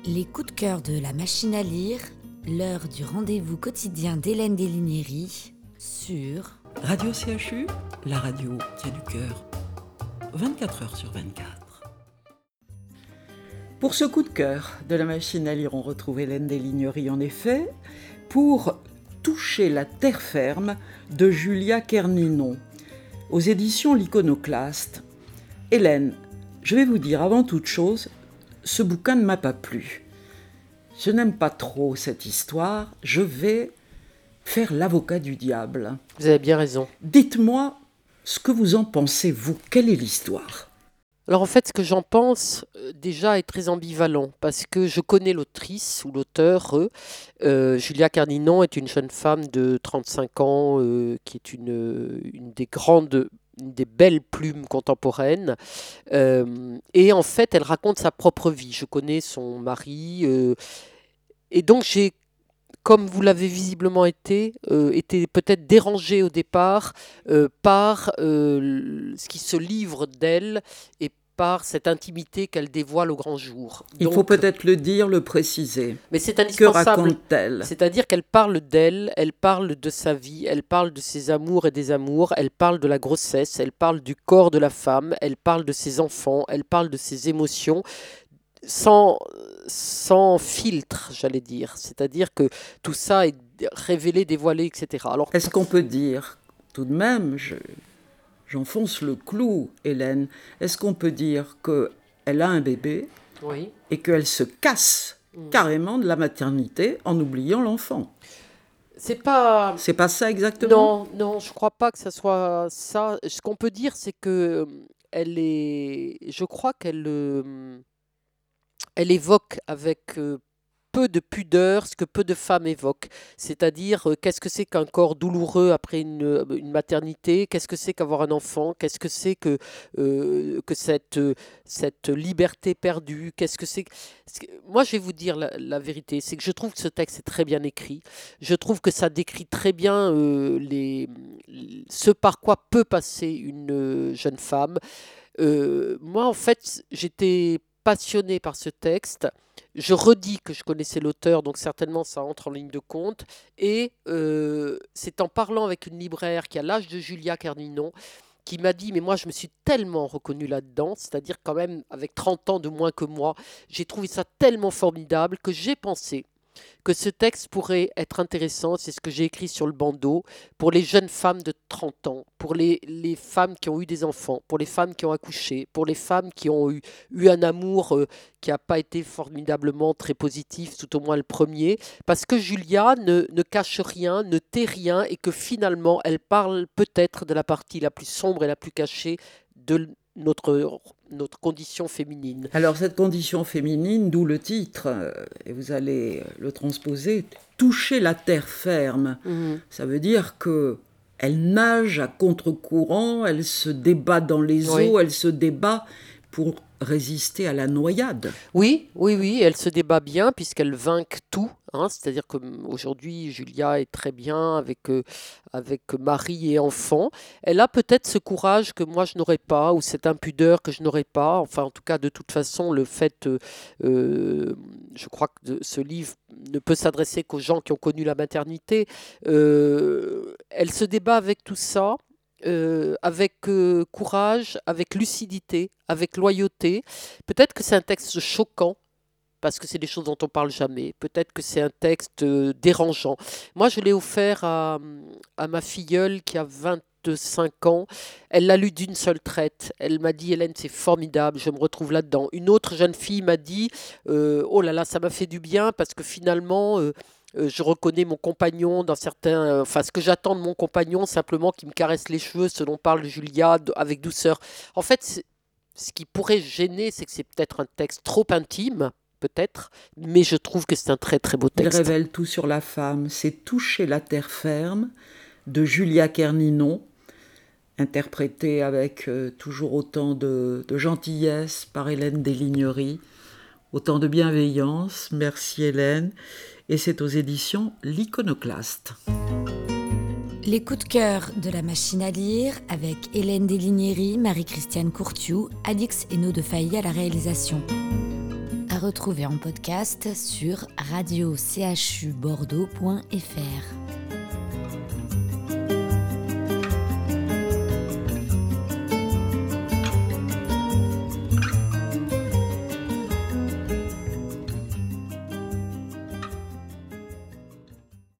Les coups de cœur de la machine à lire, l'heure du rendez-vous quotidien d'Hélène Delignery sur Radio CHU, la radio qui a du cœur. 24 heures sur 24. Pour ce coup de cœur de la machine à lire, on retrouve Hélène Delignery en effet, pour Toucher la terre ferme de Julia Kerninon, aux éditions L'Iconoclaste. Hélène, je vais vous dire avant toute chose, ce bouquin ne m'a pas plu. Je n'aime pas trop cette histoire, je vais faire l'avocat du diable. Vous avez bien raison. Dites-moi ce que vous en pensez, vous. Quelle est l'histoire ? Alors en fait, ce que j'en pense déjà est très ambivalent parce que je connais l'autrice ou l'auteur. Julia Kerninon est une jeune femme de 35 ans qui est une des belles plumes contemporaines. Et en fait, elle raconte sa propre vie. Je connais son mari. Et donc j'ai, comme vous l'avez visiblement été peut-être dérangée au départ par ce qui se livre d'elle et par cette intimité qu'elle dévoile au grand jour. Il faut peut-être le dire, le préciser. Mais c'est Que indispensable. raconte-t-elle ? C'est-à-dire qu'elle parle d'elle, elle parle de sa vie, elle parle de ses amours et des amours, elle parle de la grossesse, elle parle du corps de la femme, elle parle de ses enfants, elle parle de ses émotions, sans filtre, j'allais dire. C'est-à-dire que tout ça est révélé, dévoilé, etc. Alors, Est-ce qu'on peut dire, tout de même, j'enfonce le clou, Hélène, est-ce qu'on peut dire qu'elle a un bébé oui. et qu'elle se casse carrément de la maternité en oubliant l'enfant ? C'est pas ça exactement ? Non, je crois pas que ça soit ça. Ce qu'on peut dire, c'est que je crois qu'elle évoque avec peu de pudeur ce que peu de femmes évoquent. C'est-à-dire, qu'est-ce que c'est qu'un corps douloureux après une maternité ? Qu'est-ce que c'est qu'avoir un enfant ? Qu'est-ce que c'est que cette liberté perdue ? Qu'est-ce que c'est Moi, je vais vous dire la vérité, c'est que je trouve que ce texte est très bien écrit. Je trouve que ça décrit très bien ce par quoi peut passer une jeune femme. Moi, en fait, j'étais passionnée par ce texte. Je redis que je connaissais l'auteur, donc certainement ça entre en ligne de compte. Et c'est en parlant avec une libraire qui a l'âge de Julia Kerninon, qui m'a dit, mais moi je me suis tellement reconnue là-dedans, c'est-à-dire quand même avec 30 ans de moins que moi, j'ai trouvé ça tellement formidable que j'ai pensé que ce texte pourrait être intéressant, c'est ce que j'ai écrit sur le bandeau, pour les jeunes femmes de 30 ans, pour les femmes qui ont eu des enfants, pour les femmes qui ont accouché, pour les femmes qui ont eu un amour qui n'a pas été formidablement très positif, tout au moins le premier, parce que Julia ne cache rien, ne tait rien, et que finalement, elle parle peut-être de la partie la plus sombre et la plus cachée de notre condition féminine. Alors cette condition féminine, d'où le titre, et vous allez le transposer, toucher la terre ferme. Ça veut dire qu'elle nage à contre-courant, elle se débat dans les eaux, elle se débat pour résister à la noyade. Oui, elle se débat bien puisqu'elle vainque tout. C'est-à-dire qu'aujourd'hui, Julia est très bien avec mari et enfant. Elle a peut-être ce courage que moi je n'aurais pas, ou cette impudeur que je n'aurais pas. Enfin, en tout cas, de toute façon, le fait, je crois que ce livre ne peut s'adresser qu'aux gens qui ont connu la maternité. Elle se débat avec tout ça. Avec courage, avec lucidité, avec loyauté. Peut-être que c'est un texte choquant, parce que c'est des choses dont on ne parle jamais. Peut-être que c'est un texte dérangeant. Moi, je l'ai offert à ma filleule qui a 25 ans. Elle l'a lu d'une seule traite. Elle m'a dit, Hélène, c'est formidable, je me retrouve là-dedans. Une autre jeune fille m'a dit, oh là là, ça m'a fait du bien, parce que finalement... je reconnais mon compagnon dans certains... ce que j'attends de mon compagnon, simplement qu'il me caresse les cheveux, ce dont parle Julia, avec douceur. En fait, ce qui pourrait gêner, c'est que c'est peut-être un texte trop intime, peut-être, mais je trouve que c'est un très très beau texte. Il révèle tout sur la femme. C'est Toucher la terre ferme de Julia Kerninon, interprétée avec toujours autant de gentillesse par Hélène Delignery, autant de bienveillance. Merci Hélène. Et c'est aux éditions L'Iconoclaste. Les coups de cœur de la machine à lire avec Hélène Delignery, Marie-Christiane Courtiou, Alix Hainaut de Failly à la réalisation. à retrouver en podcast sur radio-chu-bordeaux.fr.